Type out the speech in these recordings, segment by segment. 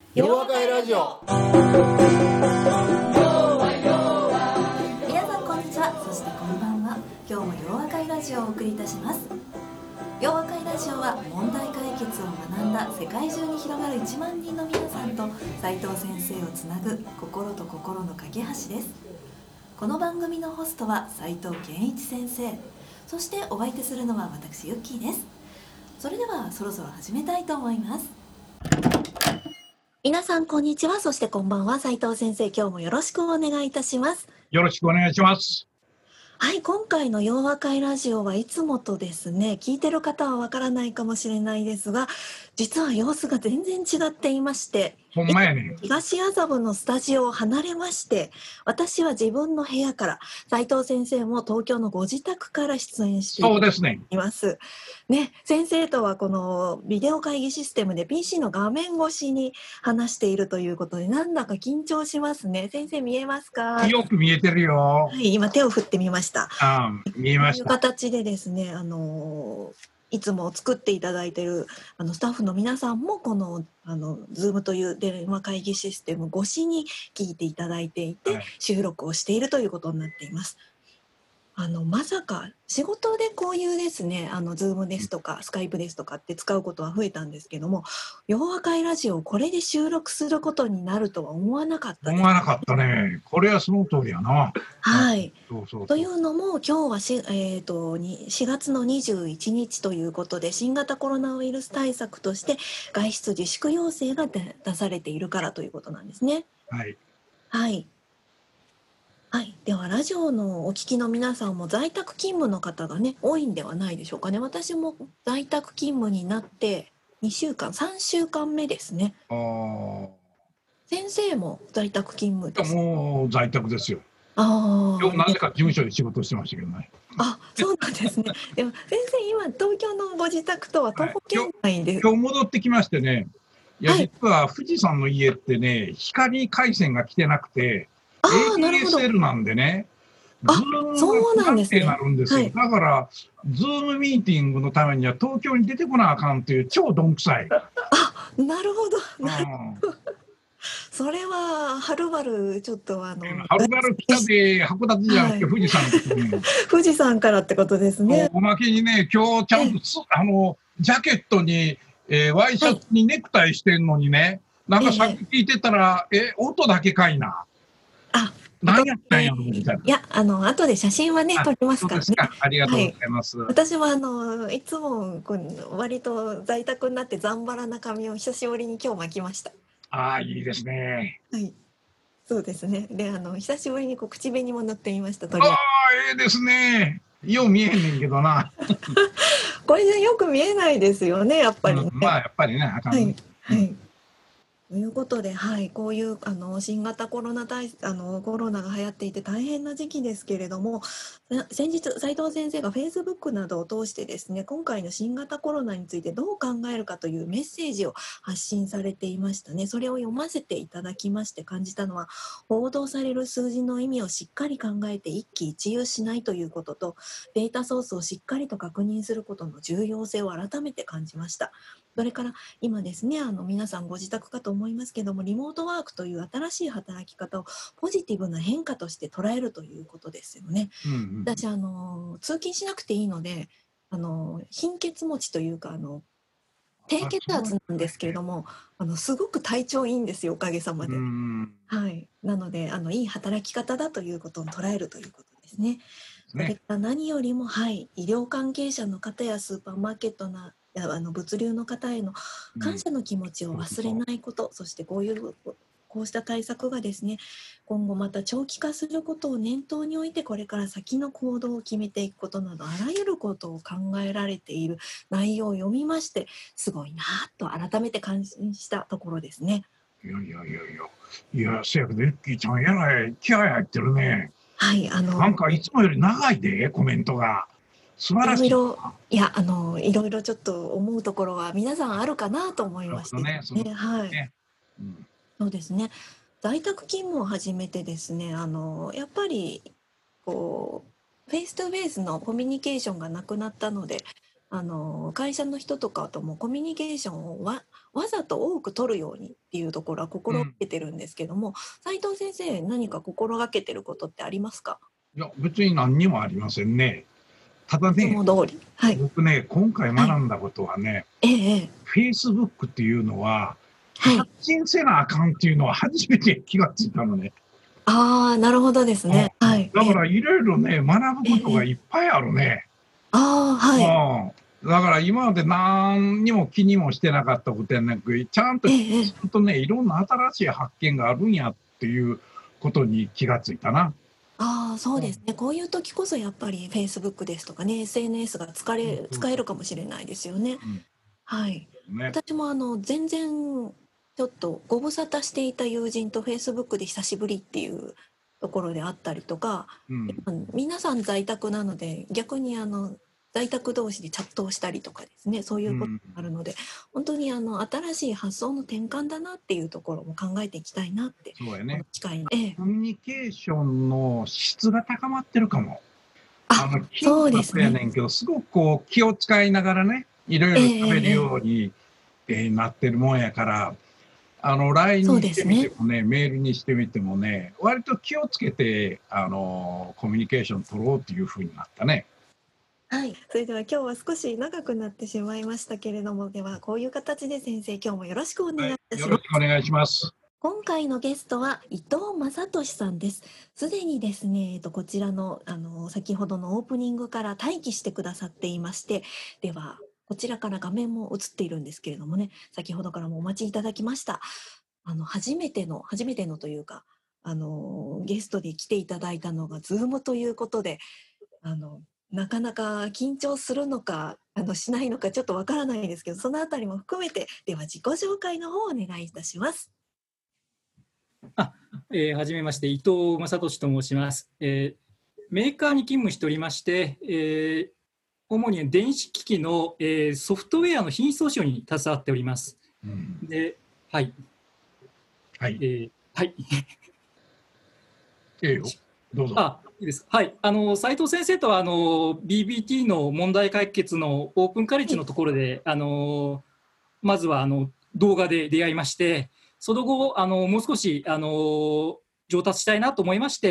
ようわかいラジオ。 皆さんこんにちは、そしてこんばんは。今日もようわかいラジオをお送りいたします。ようわかいラジオは問題解決を学んだ世界中に広がる1万人の皆さんと斉藤先生をつなぐ心と心の架け橋です。この番組のホストは斉藤健一先生、そしてお相手するのは私ユッキーです。それではそろそろ始めたいと思います。皆さんこんにちは、そしてこんばんは。斉藤先生、今日もよろしくお願いいたします。 よろしくお願いします。 はい、今回のようわかいラジオはいつもとですね、聞いてる方はわからないかもしれないですが、実は様子が全然違っていまして、 ほんまやね。 東麻布のスタジオを離れまして、私は自分の部屋から、斉藤先生も東京のご自宅から出演してそうですね。 います。ね、先生とはこのビデオ会議システムで PC の画面越しに話しているということで、なんだか緊張しますね。先生見えますか？ よく見えてるよ。 はい、今手を振ってみました。 見えました。 こういう形でですね、いつも作っていただいているスタッフの皆さんもこのZoom という電話会議システム越しに聞いていただいていて、 はい、 収録をしているということになっています。まさか仕事でこういうですね、Zoom ですとか Skype ですとかって使うことは増えたんですけども、ようわかいラジオをこれで収録することになるとは思わなかったです。 思わなかったね。これはその通りやな。 はい。 そうというのも今日は4月の21日ということで、新型コロナウイルス対策として外出自粛要請が出されているからということなんですね。 はい。 はいはい、ではラジオのお聞きの皆さんも在宅勤務の方がね多いんではないでしょうかね。私も在宅勤務になって2週間3週間目ですね。先生も在宅勤務ですか？ もう在宅ですよ。 今日なぜか事務所で仕事してましたけどね。 そうなんですね。でも先生今東京のご自宅とは徒歩圏内で、 今日戻ってきましてね。いや、実は富士山の家ってね、光回線が来てなくて、ADSL なんでね、ズームが不安定になるんですよ。だから、ズームミーティングのためには東京に出てこなあかんという超どんくさい。 なるほど。それははるばるちょっとはるばる北で函館じゃなくて富士山ですね。 富士山からってことですね。 おまけにね、今日ちゃんとジャケットに、ワイシャツにネクタイしてんのにね、なんかさっき聞いてたら、音だけかいな。何やったんやろみたいな。 いや、後で写真はね、撮りますからね。 ありがとうございます。 私はいつも割と在宅になってざんばらな髪を久しぶりに今日巻きました。 いいですね。 はい。そうですね。で、久しぶりに口紅も塗ってみました。 ですね。よう見えへんねんけどな。 これでよく見えないですよね、やっぱりね。 やっぱりね、あかんね。 はいということで、こういう新型コロナが流行っていて大変な時期ですけれども、先日斉藤先生が Facebook などを通してですね、今回の新型コロナについてどう考えるかというメッセージを発信されていましたね。それを読ませていただきまして感じたのは、報道される数字の意味をしっかり考えて一喜一憂しないということと、データソースをしっかりと確認することの重要性を改めて感じました。それから今ですね、皆さんご自宅かと思いますけども、リモートワークという新しい働き方をポジティブな変化として捉えるということですよね。私通勤しなくていいので貧血持ちというか低血圧なんですけれども、すごく体調いいんですよ、おかげさまで。なのでいい働き方だということを捉えるということですね。それから何よりも、医療関係者の方やスーパーマーケット物流の方への感謝の気持ちを忘れないこと、そしてこうした対策がですね、今後また長期化することを念頭に置いて、これから先の行動を決めていくことなど、あらゆることを考えられている内容を読みまして、すごいなと改めて感心したところですね。 いや、せやけど、ゆっきーちゃん、やらい気合入ってるね。なんかいつもより長いで、コメントが。素晴らしい。 いろいろちょっと思うところは皆さんあるかなと思いましてね。そうですね。在宅勤務を始めてですね、やっぱりフェイストゥフェイスのコミュニケーションがなくなったので、 会社の人とかともコミュニケーションをわざと多く取るようにっていうところは心がけてるんですけども、斉藤先生何か心がけてることってありますか？ いや、別に何にもありませんね。ただいつね、 も通り。はい。 僕ね、今回はい。 学んだことはね、 ええ。 Facebook っていうのは、発はい。 信せなあかんっていうのは初めて気がついたのね。 ああ、なるほどですね。はい。 だからいろいろね、学ぶことがいっぱいあるね。 ああ、はい。 だから今まで何にも気にもしてなかったことやなく、ちゃんとするとね、いろんな新しい発見があるんやっていうことに気がついたな。 ああ、そうですね。こういう時こそやっぱり Facebook ですとかね、SNS が使えるかもしれないですよね。はい。 ね。 私も全然ちょっとご無沙汰していた友人と Facebook で久しぶりっていうところであったりとか、今皆さん在宅なので逆に在宅同士でチャットをしたりとかですね、そういうことがあるので、本当に新しい発想の転換だなっていうところも考えていきたいなって、 そうやね。 この機会に。 コミュニケーションの質が高まってるかも。頻度はそうですね。 そうやねんけど、すごくこう気を使いながらね、いろいろ喋るように、なってるもんやから、LINE そうにしてみてですね。 もね、メールにしてみてもね、割と気をつけて、コミュニケーション取ろうっていう風になったね。 はい。それでは今日は少し長くなってしまいましたけれども、ではこういう形で先生、今日もよろしくお願いいたしよます。 ろしくお願いします。 今回のゲストは伊藤正俊さんです。すでにですね、こちらの、先ほどのオープニングから待機してくださっていまして、では、こちらから画面も映っているんですけれどもね、先ほどからもお待ちいただきました。初めてのというか、ゲストで来ていただいたのが、ズームということで、あの、なかなか緊張するのか、しないのかちょっとわからないですけど、そのあたりも含めて、では自己紹介の方をお願いいたします。 はじめまして、伊藤正俊と申します。メーカーに勤務しておりまして、主に電子機器の、ソフトウェアの品質保証に携わっております。で、はい。 はい。 はい。 どうぞ。 いいです。はい。斉藤先生とはBBT の問題解決のオープンカレッジのところで、まずは動画で出会いまして、その後もう少し上達したいなと思いまして、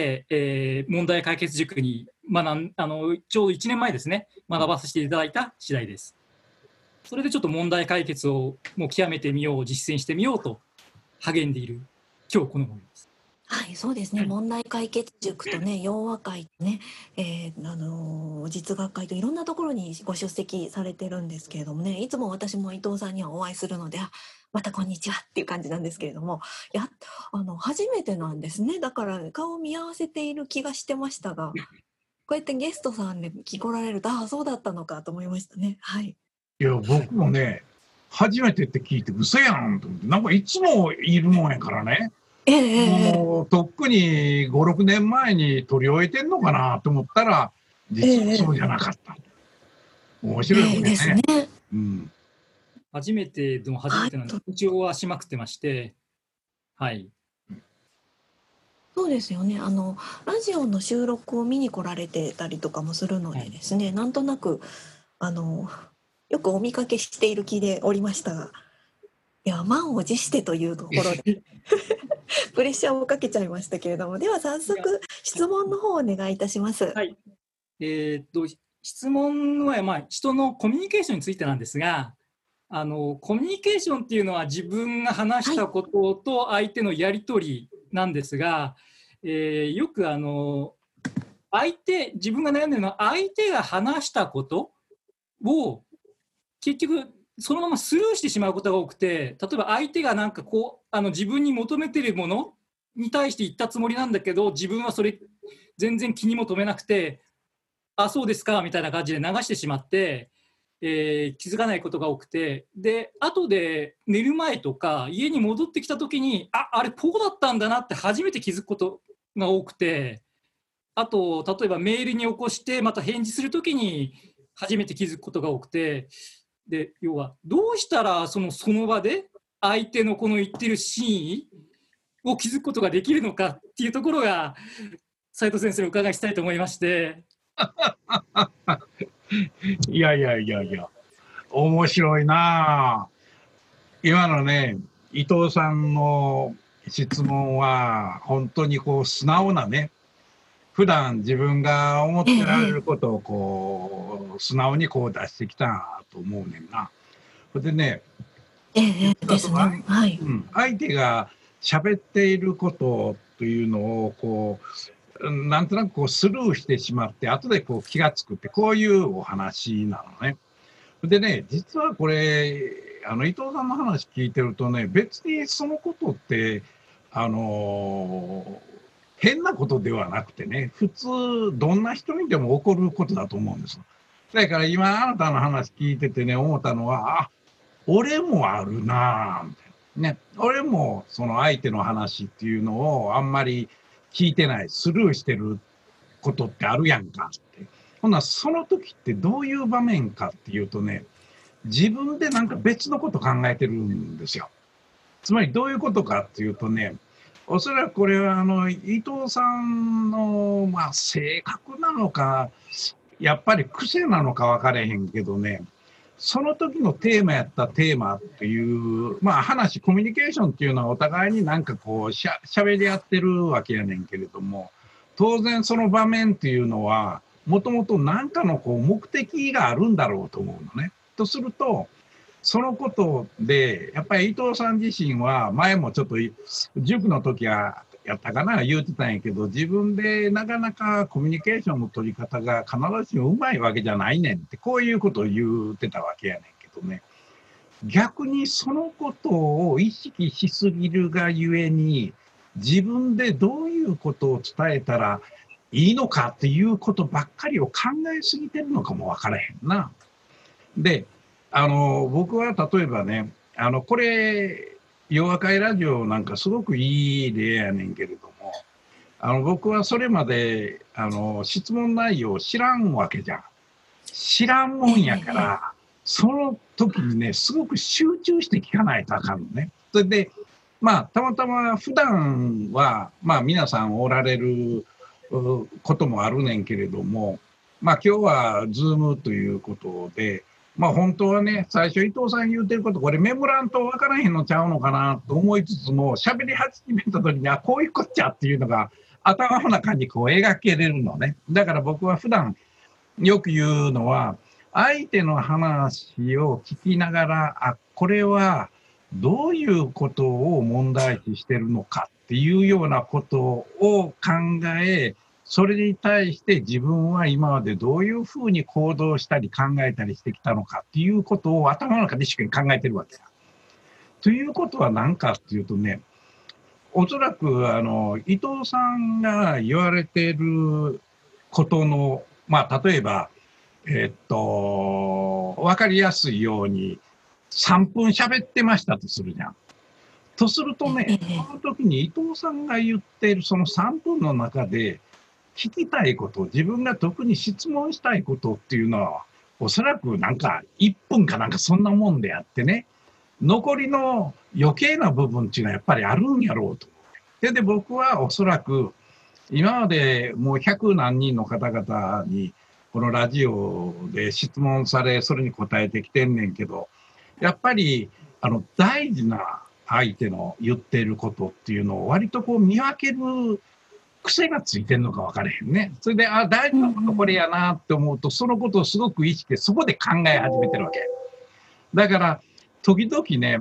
問題解決塾にちょうど1年前ですね、学ばせていただいた次第です。それでちょっと問題解決をもう極めてみよう、実践してみようと励んでいる今日この頃です。 はい、そうですね。問題解決塾とね、洋和会とね、実学会といろんなところにご出席されてるんですけれどもね、いつも私も伊藤さんにはお会いするので、またこんにちはっていう感じなんですけれども、初めてなんですね。だから顔を見合わせている気がしてましたが、こうやってゲストさんで来られると、そうだったのかと思いましたね。はい。 いや、僕もね、初めてって聞いて嘘やんと思って、なんかいつもいるもんやからね。もうとっくに5、6年前に取り終えてんのかなと思ったら、実はそうじゃなかった。面白いもんね。 ですね。 初めての初めてなんで、緊張はしまくってまして、はい。 そうですよね。ラジオの収録を見に来られてたりとかもするのでですね、なんとなく、よくお見かけしている気でおりましたが、いや、満を持してというところで、プレッシャーをかけちゃいましたけれども、では早速、質問の方をお願いいたします。 はい。質問は、人のコミュニケーションについてなんですが、コミュニケーションっていうのは自分が話したことと相手のやり取りなんですが、よく自分が悩んでるのは相手が話したことを結局そのままスルーしてしまうことが多くて、例えば相手がなんか自分に求めてるものに対して言ったつもりなんだけど、自分はそれ全然気にも留めなくて、そうですかみたいな感じで流してしまって、気づかないことが多くて、で後で寝る前とか家に戻ってきた時にあれこうだったんだなって初めて気づくことが多くて、あと例えばメールに起こしてまた返事する時に初めて気づくことが多くて、で要はどうしたらその場で相手のこの言ってる真意を気づくことができるのかっていうところが斉藤先生にお伺いしたいと思いまして。 いやいやいやいや、面白いなあ。今のね、伊藤さんの質問は、本当にこう、素直なね、普段自分が思ってられることをこう、素直にこう出してきたと思うねんな。それでね、 ですね。はい。 相手が喋っていることというのをこう、なんとなくこうスルーしてしまって、後でこう気がつくって、こういうお話なのね。でね、実はこれ、伊藤さんの話聞いてるとね、別にそのことって、変なことではなくてね、普通、どんな人にでも起こることだと思うんです。だから今、あなたの話聞いててね、思ったのは、あ、俺もあるなぁ、みたいな。ね、俺もその相手の話っていうのをあんまり聞いてない、スルーしてることってあるやんかって。ほんならその時ってどういう場面かっていうとね、自分でなんか別のこと考えてるんですよ。つまりどういうことかっていうとね、おそらくこれは伊藤さんの、まあ、性格なのか、やっぱり癖なのか分かれへんけどね、その時のテーマやったテーマっていう、まあ話、コミュニケーションっていうのはお互いになんかこうしゃべり合ってるわけやねんけれども、当然その場面っていうのは、もともと何かのこう目的があるんだろうと思うのね。とすると、そのことで、やっぱり伊藤さん自身は、前もちょっと塾の時はやったかな、言うてたんやけど、自分でなかなかコミュニケーションの取り方が必ずしもうまいわけじゃないねんって、こういうことを言うてたわけやねんけどね。逆にそのことを意識しすぎるがゆえに、自分でどういうことを伝えたらいいのかっていうことばっかりを考えすぎてるのかもわからへんな。で、僕は例えばね、これ、夜和会ラジオなんかすごくいい例やねんけれども、僕はそれまで、質問内容を知らんわけじゃん。知らんもんやから、その時にね、すごく集中して聞かないとあかんのね。それで、まあ、たまたま普段は、まあ、皆さんおられることもあるねんけれども、まあ、今日はズームということで、まあ、本当はね、最初伊藤さん言うてること、これメモらんと分からへんのちゃうのかなと思いつつも、喋り始めた時に、あ、こういうこっちゃっていうのが頭の中にこう描けれるのね。だから僕は普段よく言うのは、相手の話を聞きながら、あ、これはどういうことを問題視してるのかっていうようなことを考え、それに対して自分は今までどういうふうに行動したり考えたりしてきたのかっていうことを頭の中で一生懸命考えてるわけだ。ということは何かっていうとね、おそらく伊藤さんが言われてることの、まあ例えば、わかりやすいように3分喋ってましたとするじゃん。とするとね、その時に伊藤さんが言っているその3分の中で、聞きたいこと、自分が特に質問したいことっていうのは、おそらくなんか1分かなんかそんなもんであってね、残りの余計な部分っていうのはやっぱりあるんやろうと。で、僕はおそらく、今までもう100何人の方々に、このラジオで質問され、それに答えてきてんねんけど、やっぱり、大事な相手の言っていることっていうのを割とこう見分ける癖がついてるのか分からへんね。それで、あ、大事なことこれやなって思うと、そのことをすごく意識して、そこで考え始めてるわけ。だから、時々ね、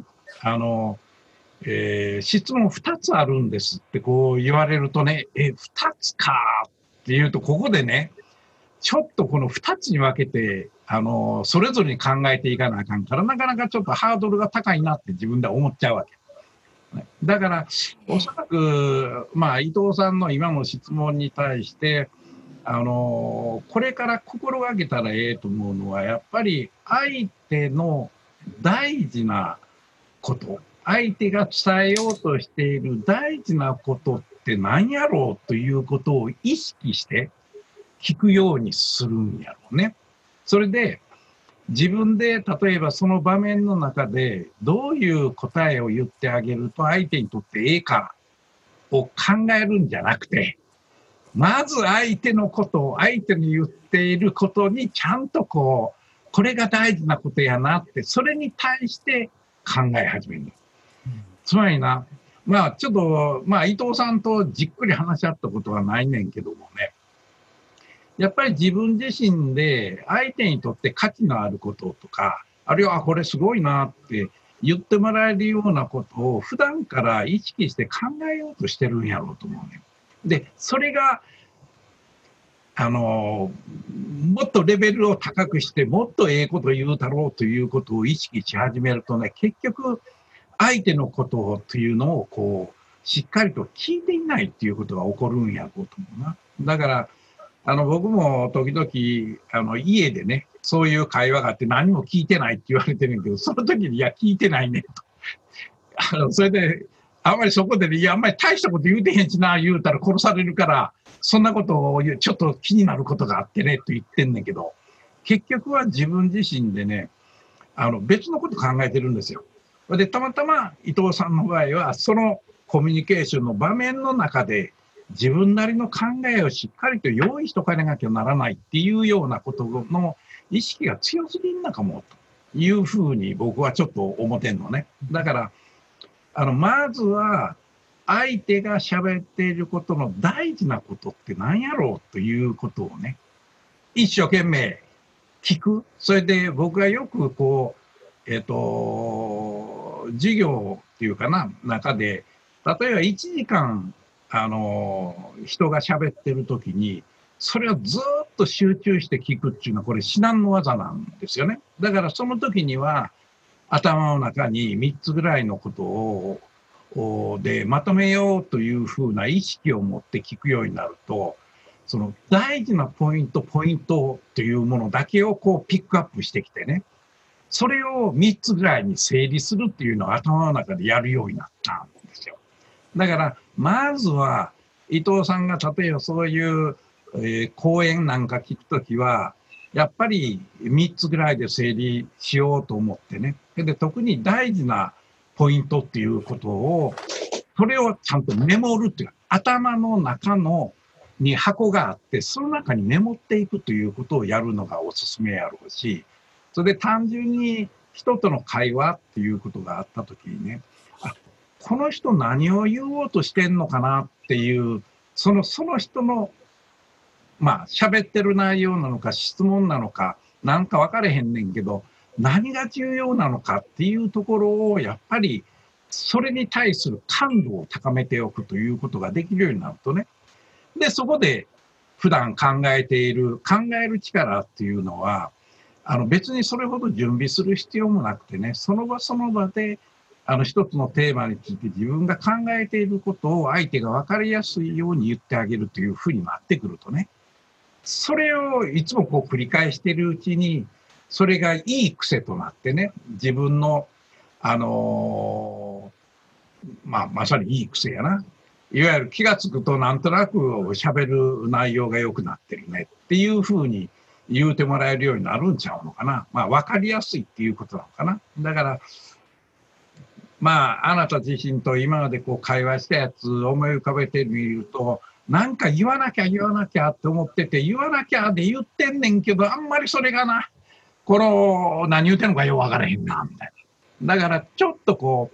質問2つあるんですってこう言われるとね、2つかっていうと、ここでね、ちょっとこの2つに分けて、それぞれに考えていかなあかんから、なかなかちょっとハードルが高いなって自分では思っちゃうわけ。だから、おそらく、まあ、伊藤さんの今の質問に対して、これから心がけたらええと思うのは、やっぱり相手の大事なこと、相手が伝えようとしている大事なことって何やろうということを意識して聞くようにするんやろうね。それで、自分で例えばその場面の中でどういう答えを言ってあげると相手にとってええかを考えるんじゃなくて、 まず相手のことを、相手に言っていることにちゃんとこれが大事なことやなって、それに対して考え始める。つまりな、ちょっと、伊藤さんとじっくり話し合ったことはないねんけどもね、やっぱり自分自身で相手にとって価値のあることとか、あるいはこれすごいなって言ってもらえるようなことを普段から意識して考えようとしてるんやろうと思うね。で、それが、もっとレベルを高くして、もっとええこと言うだろうということを意識し始めるとね、結局、相手のことというのをしっかりと聞いていないっていうことが起こるんやろうと思うな。だから、僕も時々、家でね、そういう会話があって何も聞いてないって言われてるんやけど、その時に、いや、聞いてないねと。それで、あんまりそこでね、いや、あんまり大したこと言うてへんしな、言うたら殺されるから、そんなことをちょっと気になることがあってね、と言ってんねんけど、結局は自分自身でね、別のこと考えてるんですよ。で、たまたま伊藤さんの場合は、そのコミュニケーションの場面の中で、自分なりの考えをしっかりと用意しとかなきゃならないっていうようなことの意識が強すぎんのかもというふうに僕はちょっと思ってんのね。だからまずは相手が喋っていることの大事なことって何やろうということをね、一生懸命聞く。それで僕がよく授業っていうかな、中で、例えば1時間人が喋ってる時に、それをずっと集中して聞くっていうのは、これ至難の技なんですよね。だからその時には、頭の中に3つぐらいのことをでまとめようというふうな意識を持って聞くようになると、その大事なポイントというものだけをピックアップしてきてね、それを3つぐらいに整理するっていうのを頭の中でやるようになったんですよ。だから、まずは、伊藤さんが例えばそういう、講演なんか聞くときは、やっぱり3つぐらいで整理しようと思ってね。で、特に大事なポイントっていうことを、それをちゃんとメモるっていう、頭の中に箱があって、その中にメモっていくということをやるのがおすすめやろうし、それで単純に人との会話っていうことがあったときにね、この人何を言おうとしてんのかなっていう、その人の、喋ってる内容なのか質問なのか、なんか分かれへんねんけど、何が重要なのかっていうところを、やっぱり、それに対する感度を高めておくということができるようになるとね。で、そこで普段考える力っていうのは、別にそれほど準備する必要もなくてね、その場その場で、一つのテーマについて自分が考えていることを相手が分かりやすいように言ってあげるというふうになってくるとね、それをいつも繰り返しているうちに、それがいい癖となってね、自分の、まさにいい癖やな。いわゆる気がつくとなんとなく喋る内容が良くなってるねっていうふうに言うてもらえるようになるんちゃうのかな。分かりやすいっていうことなのかな。だから、あなた自身と今まで会話したやつを思い浮かべてみると、なんか言わなきゃって思ってて、言わなきゃで言ってんねんけど、あんまりそれがな、何言うてんのかよくわからへんな、みたいな。だからちょっと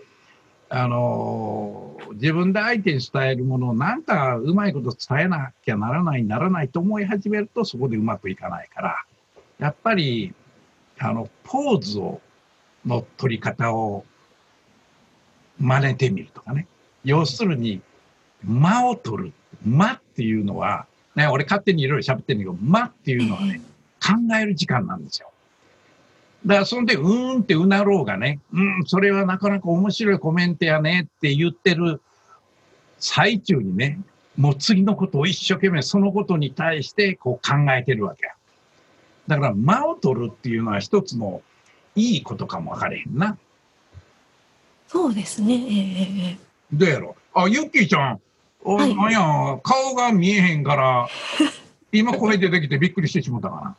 自分で相手に伝えるものをなんかうまいこと伝えなきゃならないと思い始めると、そこでうまくいかないから、やっぱり、ポーズの取り方を真似てみるとかね。要するに、間を取る。間っていうのは、ね、俺勝手にいろいろ喋ってるんだけど、間っていうのはね、考える時間なんですよ。だからそんで、ってうなろうがね、それはなかなか面白いコメントやねって言ってる最中にね、もう次のことを一生懸命そのことに対して考えてるわけや。だから間を取るっていうのは一つのいいことかもわかれへんな。 そうですね。 どうやろう。ユッキーちゃん、なんや、顔が見えへんから、今声出てきてびっくりしてしまったかな。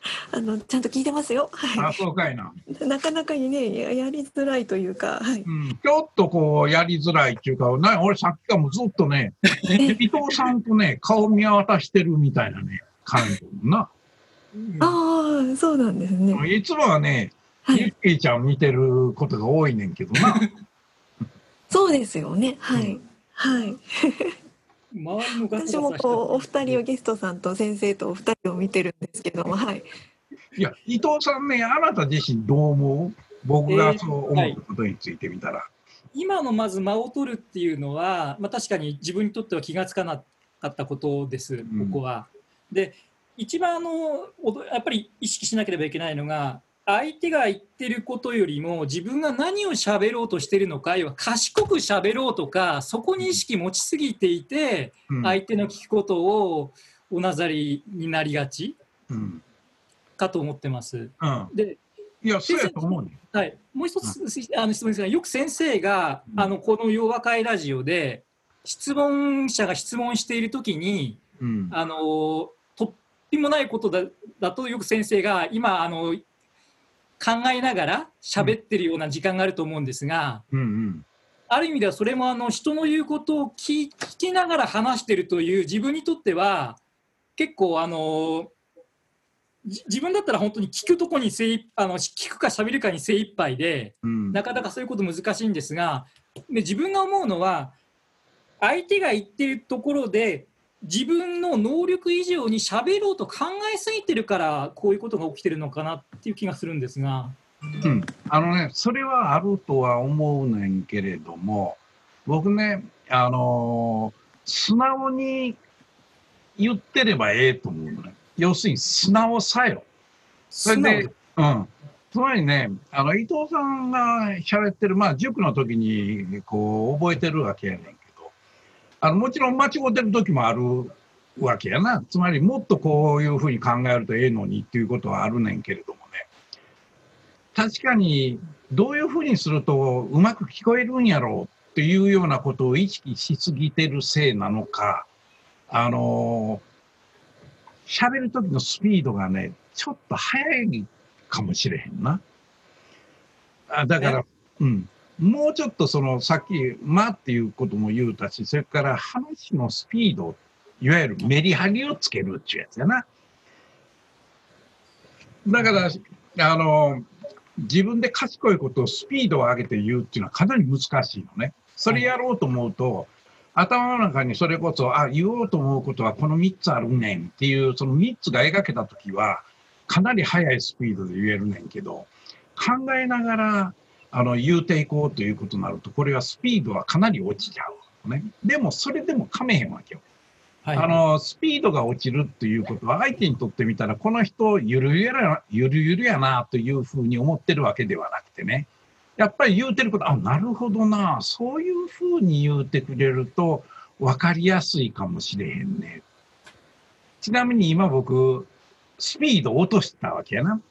ちゃんと聞いてますよ。はあ、そうかいな。 い。なかなかにね、やりづらいというか、はい。 うん、ちょっとこう、やりづらいっていうか、俺さっきからもうずっとね、伊藤さんとね、顔見渡してるみたいなね、感じな。 ああ、そうなんですね。 いつもはね、 はい。 ゆっきーちゃん見てることが多いねんけどな。 そうですよね。はうんい。はい。 周りもガサ私もガサしちゃっこう、お二人をて。 ゲストさんと先生とお二人を見てるんですけども、はい。 いや、伊藤さんね、あなた自身どう思う？僕がそう思ったことについてみたら。 今のまず間を取るっていうのは、確かに自分にとっては気がつかなかったことです、ここは。で、一番やっぱり意識しなければいけないのが、相手が言ってることよりも自分が何を喋ろうとしてるのか、要は賢く喋ろうとか、そこに意識持ちすぎていて、相手の聞くことをおなざりになりがちかと思ってます。で、 いや、そうやと思うね。 はい、もう一つ質問ですが、よく先生がこの洋和会ラジオで質問者が質問しているときに、とっぴもないことだとよく先生が今考えながら喋ってるような時間があると思うんですが、ある意味ではそれも人の言うことを聞きながら話しているという自分にとっては結構自分だったら本当に聞くとこに聞くか喋るかに精一杯で、なかなかそういうこと難しいんですが、自分が思うのは相手が言っているところで自分の能力以上に喋ろうと考えすぎてるからこういうことが起きてるのかなっていう気がするんですが、 それはあるとは思うねんけれども、僕ね、素直に言ってればええと思うのね。要するに素直さよ。それで、つまりね、伊藤さんが喋ってる、塾の時にこう覚えてるわけやねんけど、もちろん間違ってる時もあるわけやな。つまりもっとこういうふうに考えるとええのにっていうことはあるねんけれどもね。確かにどういうふうにするとうまく聞こえるんやろうっていうようなことを意識しすぎてるせいなのか、喋る時のスピードがね、ちょっと速いかもしれへんな。だから、もうちょっとさっき、っていうことも言うたし、それから話のスピード、いわゆるメリハリをつけるっていうやつやな。だから、自分で賢いことをスピードを上げて言うっていうのはかなり難しいのね。それやろうと思うと、頭の中にそれこそ、言おうと思うことはこの3つあるねんっていう、その3つが描けたときは、かなり速いスピードで言えるねんけど、考えながら言うていこうということになると、これはスピードはかなり落ちちゃうのね。でも、それでも噛めへんわけよ。スピードが落ちるっていうことは、相手にとってみたら、この人、ゆるゆるやなというふうに思ってるわけではなくてね、やっぱり言うてること、なるほどな、そういうふうに言うてくれると分かりやすいかもしれへんね。ちなみに今僕、スピード落としたわけやな。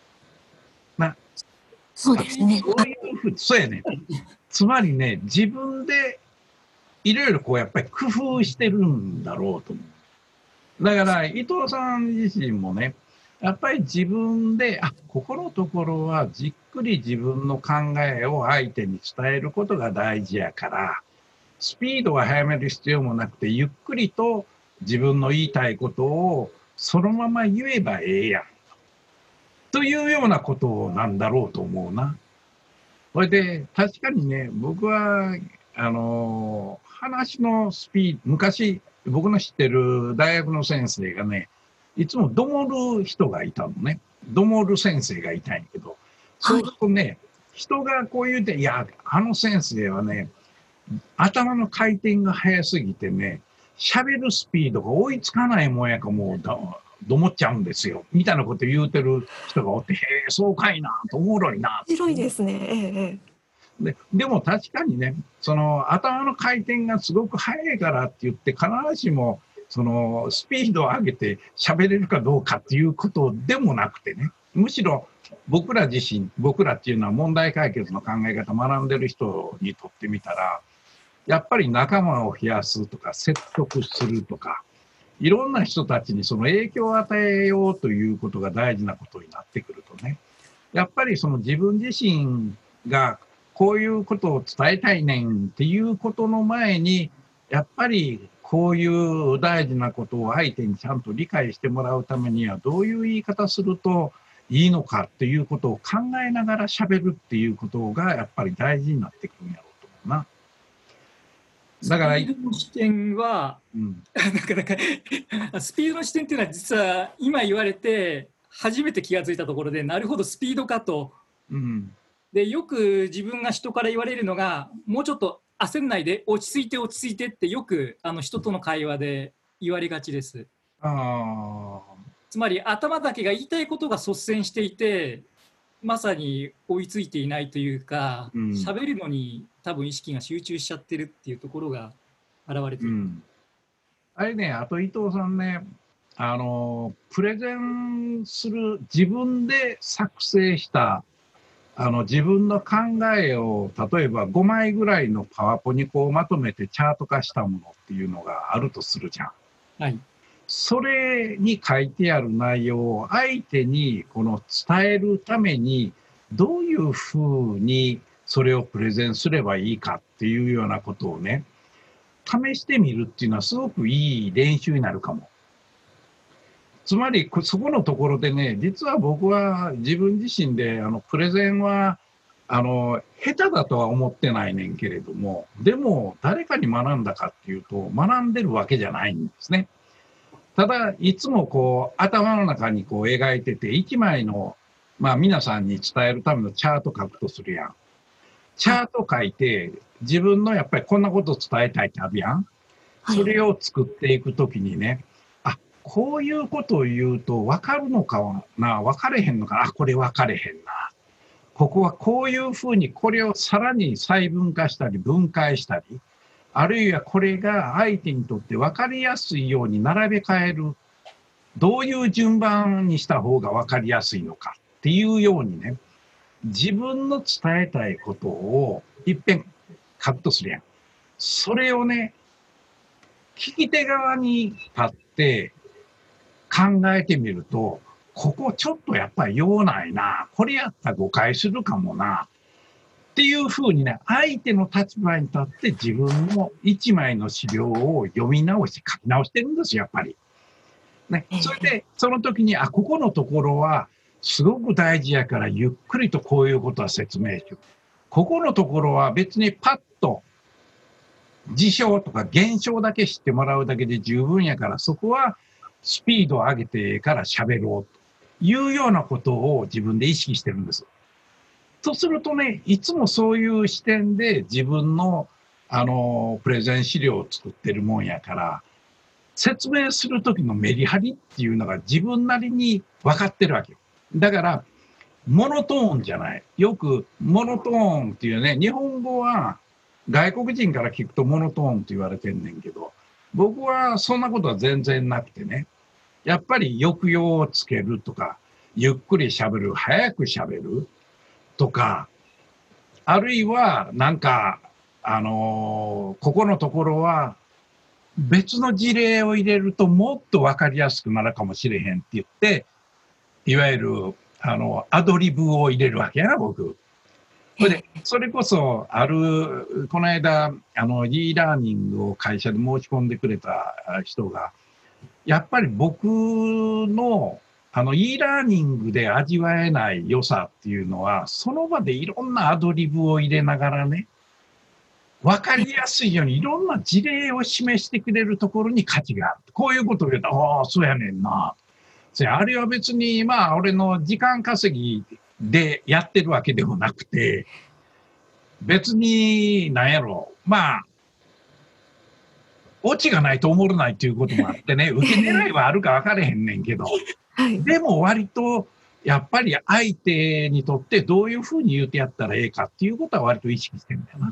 そうですね。 そういうふうに、そうやね。つまりね、自分でいろいろこうやっぱり工夫してるんだろうと思う。だから伊藤さん自身もね、やっぱり自分で、ここのところはじっくり自分の考えを相手に伝えることが大事やから、スピードは速める必要もなくて、ゆっくりと自分の言いたいことをそのまま言えばええやん。というようなことなんだろうと思うな。それで、確かにね、僕は、話のスピード、昔、僕の知ってる大学の先生がね、いつもどもる人がいたのね。どもる先生がいたんやけど、そうするとね、人がこう言うて、いや、先生はね、頭の回転が速すぎてね、喋るスピードが追いつかないもんやかもうどもっちゃうんですよ。みたいなこと言うてる人がおって、へえ、そうかいな、とおもろいな。 面白いですね。 でも確かにね、その頭の回転がすごく速いからって言って、必ずしもそのスピードを上げて喋れるかどうかっていうことでもなくてね、むしろ僕ら自身、僕らっていうのは問題解決の考え方を学んでる人にとってみたら、やっぱり仲間を増やすとか説得するとか、 いろんな人たちにその影響を与えようということが大事なことになってくるとね、やっぱりその自分自身がこういうことを伝えたいねんっていうことの前に、やっぱりこういう大事なことを相手にちゃんと理解してもらうためにはどういう言い方するといいのかっていうことを考えながら喋るっていうことがやっぱり大事になってくるんやろうと思うな。 だからスピードの視点は、なかなかスピードの視点っていうのは実は今言われて初めて気がついたところで、なるほどスピードかと。でよく自分が人から言われるのが、もうちょっと焦んないで落ち着いて落ち着いてってよく人との会話で言われがちです。つまり頭だけが言いたいことが率先していて、まさに追いついていないというか、喋るのに多分意識が集中しちゃってるっていうところが現れている。 あれね、あと伊藤さんね、プレゼンする自分で作成した自分の考えを例えば5枚ぐらいのパワポにこうまとめてチャート化したものっていうのがあるとするじゃん。 はい。 それに書いてある内容を相手にこの伝えるためにどういうふうにそれをプレゼンすればいいかっていうようなことをね、試してみるっていうのはすごくいい練習になるかも。つまりそこのところでね、実は僕は自分自身でプレゼンは下手だとは思ってないねんけれども、でも誰かに学んだかっていうと学んでるわけじゃないんですね。ただいつもこう頭の中にこう描いてて1枚の皆さんに伝えるためのチャート書くとするやん。チャート書いて自分のやっぱりこんなことを伝えたいってあるやん。それを作っていくときにね、こういうことを言うと分かるのかな、分かれへんのかな、これ分かれへんな。ここはこういうふうにこれをさらに細分化したり分解したり、あるいはこれが相手にとって分かりやすいように並べ替える。どういう順番にした方が分かりやすいのかっていうようにね、自分の伝えたいことをいっぺん書くとするやん。それをね、聞き手側に立って考えてみると、ここちょっとやっぱり用ないな、これやったら誤解するかもなっていうふうにね、相手の立場に立って自分の一枚の資料を読み直して書き直してるんですよ、やっぱり。ね、それでその時にここのところはすごく大事やからゆっくりとこういうことは説明しよう。ここのところは別にパッと事象とか現象だけ知ってもらうだけで十分やから、そこはスピードを上げてから喋ろうというようなことを自分で意識してるんです。とするとね、いつもそういう視点で自分のプレゼン資料を作ってるもんやから、説明する時のメリハリっていうのが自分なりに分かってるわけよ。だからモノトーンじゃない。よくモノトーンっていうね、日本語は外国人から聞くとモノトーンって言われてんねんけど、僕はそんなことは全然なくてね、やっぱり抑揚をつけるとか、ゆっくり喋る、早く喋るとか、あるいはなんか、ここのところは別の事例を入れるともっと分かりやすくなるかもしれへんって言って、いわゆるアドリブを入れるわけやな、僕。それこそこの間e ラーニングを会社で申し込んでくれた人が、やっぱり僕のe ラーニングで味わえない良さっていうのは、その場でいろんなアドリブを入れながらね、分かりやすいようにいろんな事例を示してくれるところに価値がある。こういうことを言うと、ああ、そうやねんな。あれは別に俺の時間稼ぎでやってるわけでもなくて、別に何やろう、オチがないとおもろないということもあってね、受け狙いはあるか分かれへんねんけど、でも割とやっぱり相手にとってどういうふうに言うてやったらええかっていうことは割と意識してるんだよな。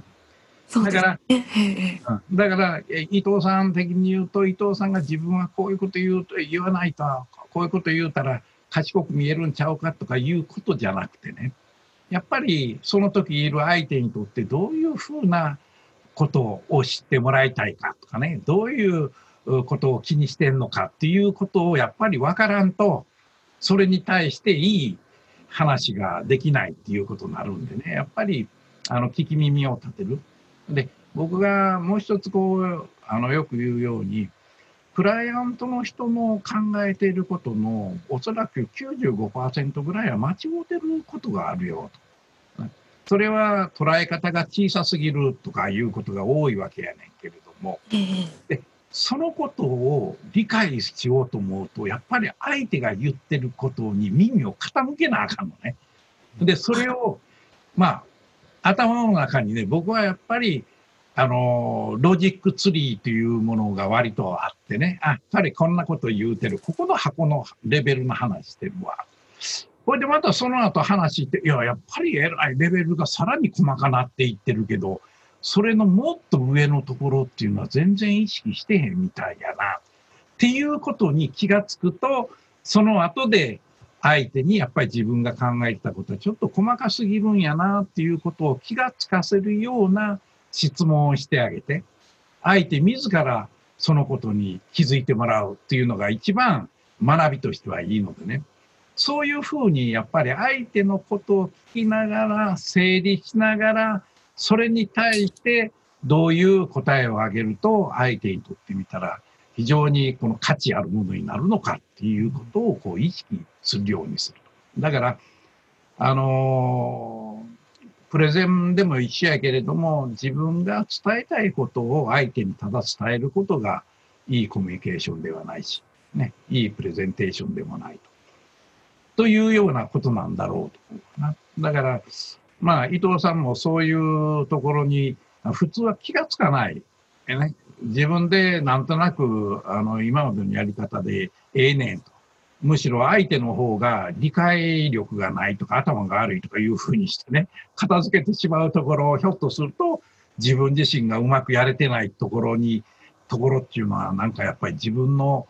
だから伊藤さん的に言うと、伊藤さんが自分はこういうこと言わないと、こういうこと言うたら賢く見えるんちゃうかとかいうことじゃなくてね、やっぱりその時いる相手にとってどういうふうなことを知ってもらいたいかとかね、どういうことを気にしてんのかっていうことをやっぱり分からんと、それに対していい話ができないっていうことになるんでね、やっぱり聞き耳を立てる。で、僕がもう一つこうよく言うように、クライアントの人の考えていることのおそらく 95% ぐらいは間違ってることがあるよと。それは捉え方が小さすぎるとかいうことが多いわけやねんけれども、でそのことを理解しようと思うと、やっぱり相手が言ってることに耳を傾けなあかんのね。で、それを、まあ、頭の中にね、僕はやっぱり、ロジックツリーというものが割とあってね、あ、彼こんなこと言うてる。ここの箱のレベルの話してるわ。これでまたその後話して、いや、やっぱりえらいレベルがさらに細かなっていってるけど、それのもっと上のところっていうのは全然意識してへんみたいやな。っていうことに気がつくと、その後で相手にやっぱり自分が考えてたことはちょっと細かすぎるんやなっていうことを気がつかせるような質問をしてあげて、相手自らそのことに気づいてもらうっていうのが一番学びとしてはいいのでね。そういうふうにやっぱり相手のことを聞きながら、整理しながら、それに対してどういう答えをあげると相手にとってみたら非常にこの価値あるものになるのかっていうことをこう意識するようにする。だから、プレゼンでも一緒やけれども、自分が伝えたいことを相手にただ伝えることがいいコミュニケーションではないし、ね、いいプレゼンテーションでもないというようなことなんだろうと思うかな。だから、まあ、伊藤さんもそういうところに普通は気がつかない。ね、自分でなんとなく今までのやり方でええねんと。むしろ相手の方が理解力がないとか頭が悪いとかいうふうにしてね、片付けてしまうところをひょっとすると自分自身がうまくやれてないところっていうのはなんかやっぱり自分の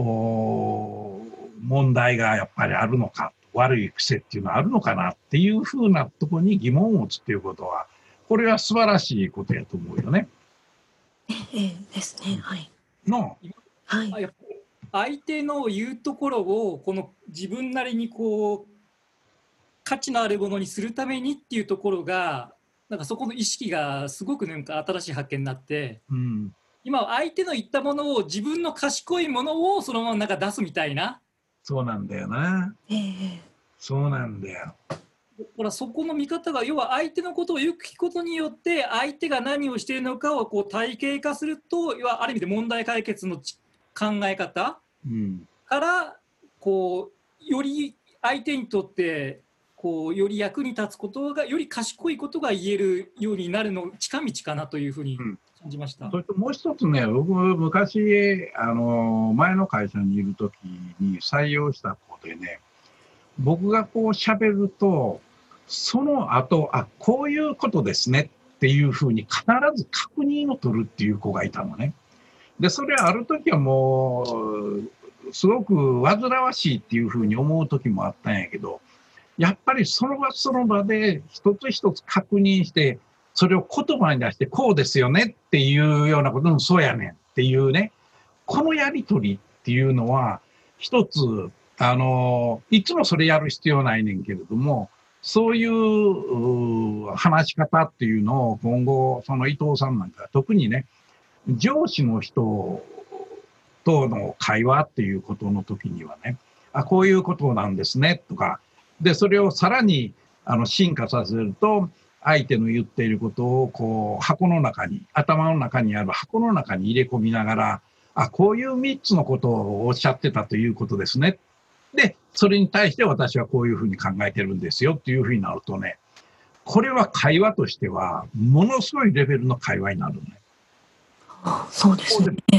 問題がやっぱりあるのか。悪い癖っていうのはあるのかなっていうふうなところに疑問を持つっていうことは、これは素晴らしいことやと思うよね。 ですね。はい。 はい。相手の言うところをこの自分なりにこう価値のあるものにするためにっていうところが、なんかそこの意識がすごくなんか新しい発見になって、今は相手の言ったものを自分の賢いものをそのままなんか出すみたいな。 そうなんだよな。そうなんだよ。 ほらそこの見方が要は相手のことをよく聞くことによって相手が何をしているのかをこう体系化すると、要はある意味で問題解決の考え方からこうより相手にとってこうより役に立つことがより賢いことが言えるようになるの近道かなというふうに感じました。 それともう一つね、僕昔前の会社にいる時に採用した子でね、僕がこう喋るとその後こういうことですねっていうふうに必ず確認を取るっていう子がいたのね。でそれはある時はもうすごく煩わしいっていうふうに思う時もあったんやけど、やっぱりその場その場で一つ一つ確認してそれを言葉に出してこうですよねっていうようなこともそうやねんっていうね、このやり取りっていうのは一ついつもそれやる必要ないねんけれども、そういう話し方っていうのを今後その伊藤さんなんか特にね、上司の人との会話っていうことの時にはね、こういうことなんですねとかで、それをさらに進化させると相手の言っていることをこう箱の中に、頭の中にある箱の中に入れ込みながら、こういう3つのことをおっしゃってたということですね。で、それに対して私はこういうふうに考えてるんですよっていうふうになるとね、これは会話としてはものすごいレベルの会話になるね。 そうですね。 だ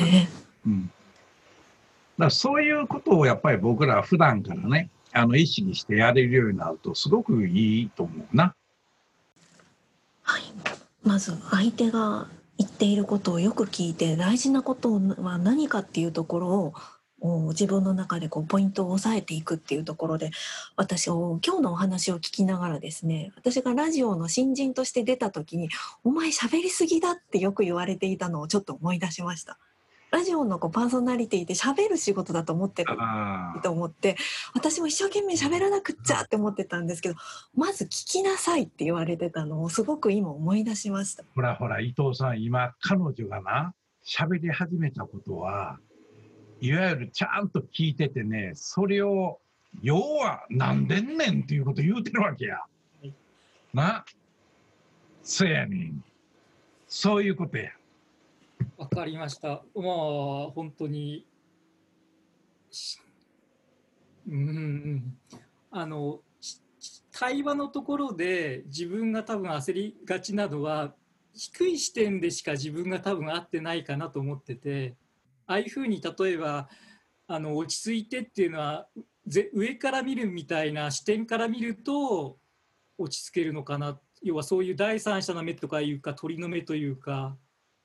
からそういうことをやっぱり僕らは普段からね、意識してやれるようになるとすごくいいと思うな。 はい。まず相手が言っていることをよく聞いて、大事なことは何かっていうところを自分の中でこうポイントを押さえていくっていうところで、私今日のお話を聞きながらですね、私がラジオの新人として出た時に「お前喋りすぎだ」ってよく言われていたのをちょっと思い出しました。 ラジオのパーソナリティって喋る仕事だと思ってると思って、私も一生懸命喋らなくっちゃって思ってたんですけど、まず聞きなさいって言われてたのをすごく今思い出しました。 ほらほら、伊藤さん、今彼女がな喋り始めたことは、いわゆるちゃんと聞いててね、それを要はなんでんねんっていうこと言うてるわけや。な、そうやねん。そういうことや。 わかりました。まあ本当に、対話のところで自分が多分焦りがちなのは、低い視点でしか自分が多分合ってないかなと思ってて、ああいうふうに例えば落ち着いてっていうのは上から見るみたいな視点から見ると落ち着けるのかな。要はそういう第三者の目とかいうか鳥の目というか、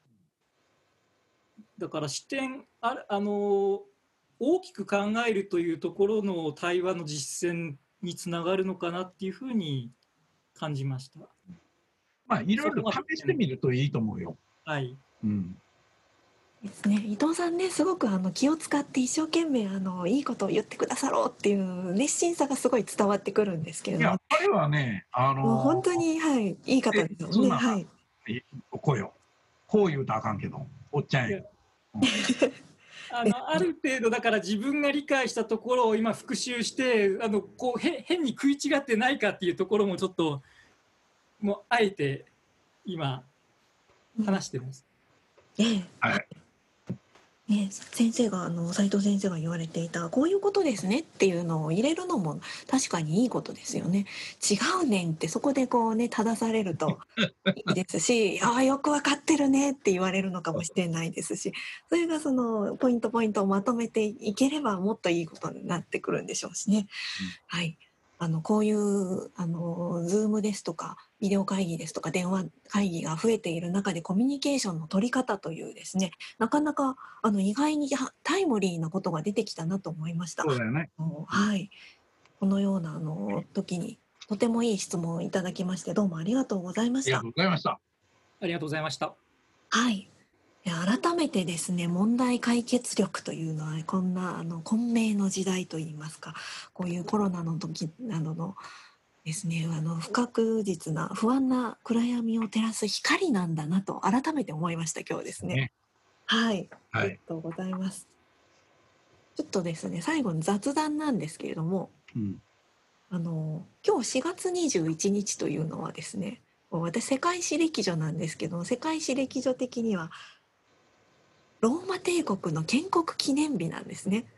だから視点大きく考えるというところの対話の実践につながるのかなっていうふうに感じました。 まあいろいろ試してみるといいと思うよ。 はい。 ですね、伊藤さんね、すごく気を使って一生懸命いいことを言ってくださろうっていう熱心さがすごい伝わってくるんですけれども。 いや、彼はね、 もう本当に、はい、いい方ですよね。はい。 こう言うとあかんけど、おっちゃんや。 ある程度だから自分が理解したところを今復習して変に食い違ってないかっていうところもちょっともうあえて今話してます。 はい。 先生が斉藤先生が言われていたこういうことですねっていうのを入れるのも確かにいいことですよね。違うねんってそこで正されるといいですしああよくわかってるねって言われるのかもしれないですし、それがそのポイントをまとめていければもっといいことになってくるんでしょうしね。はい。こういうZoom ですとかビデオ会議ですとか電話会議が増えている中でコミュニケーションの取り方というですね、なかなか意外にタイムリーなことが出てきたなと思いました。 そうだよね。 はい。このような時にとてもいい質問をいただきましてどうもありがとうございました。 ありがとうございました。 ありがとうございました。 はい。改めてですね、問題解決力というのはこんな混迷の時代といいますか、こういうコロナの時などのですね、不確実な不安な暗闇を照らす光なんだなと改めて思いました今日ですね。はい、ありがとうございます。ちょっとですね、最後に雑談なんですけれども、今日4月21日というのはですね、私世界史歴女なんですけど、世界史歴女的にはローマ帝国の建国記念日なんですね。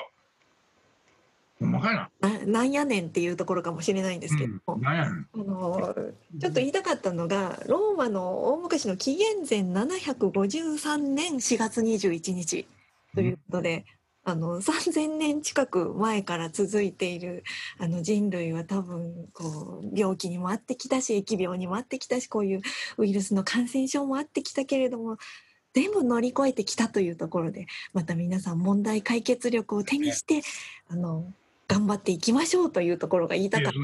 ほんまかいな。 なんやねんっていうところかもしれないんですけども、ちょっと言いたかったのがローマの大昔の紀元前753年4月21日ということで、3000年近く前から続いている人類は多分病気にもあってきたし疫病にもあってきたし、こういうウイルスの感染症もあってきたけれども全部乗り越えてきたというところで、また皆さん問題解決力を手にして頑張っていきましょうというところが言いたかった。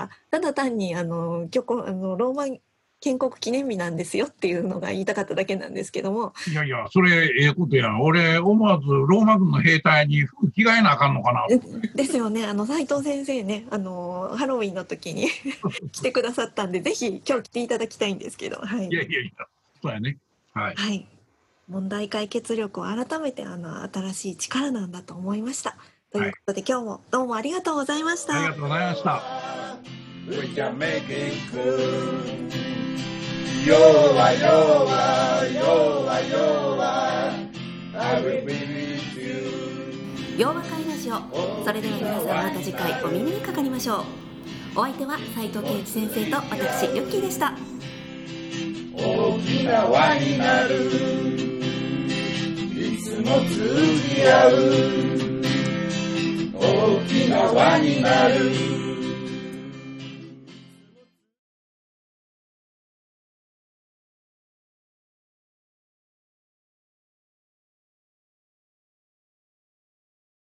ただ単にローマ建国記念日なんですよっていうのが言いたかっただけなんですけども。いやいや、それええことやん。俺思わずローマ軍の兵隊に服着替えなあかんのかな。 ですよね。斉藤先生ね、ハロウィンの時に来てくださったんでぜひ今日来ていただきたいんですけど。はい。 いやそうやね。はい。 はい。問題解決力を改めて新しい力なんだと思いました。ということで、今日もどうもありがとうございました。 ありがとうございました。 洋和会ラジオ。それでは皆さんまた次回お耳にかかりましょう。お相手は斉藤圭一先生と私ヨッキーでした。大きな輪になる、いつも通じ合う、大きな輪になる。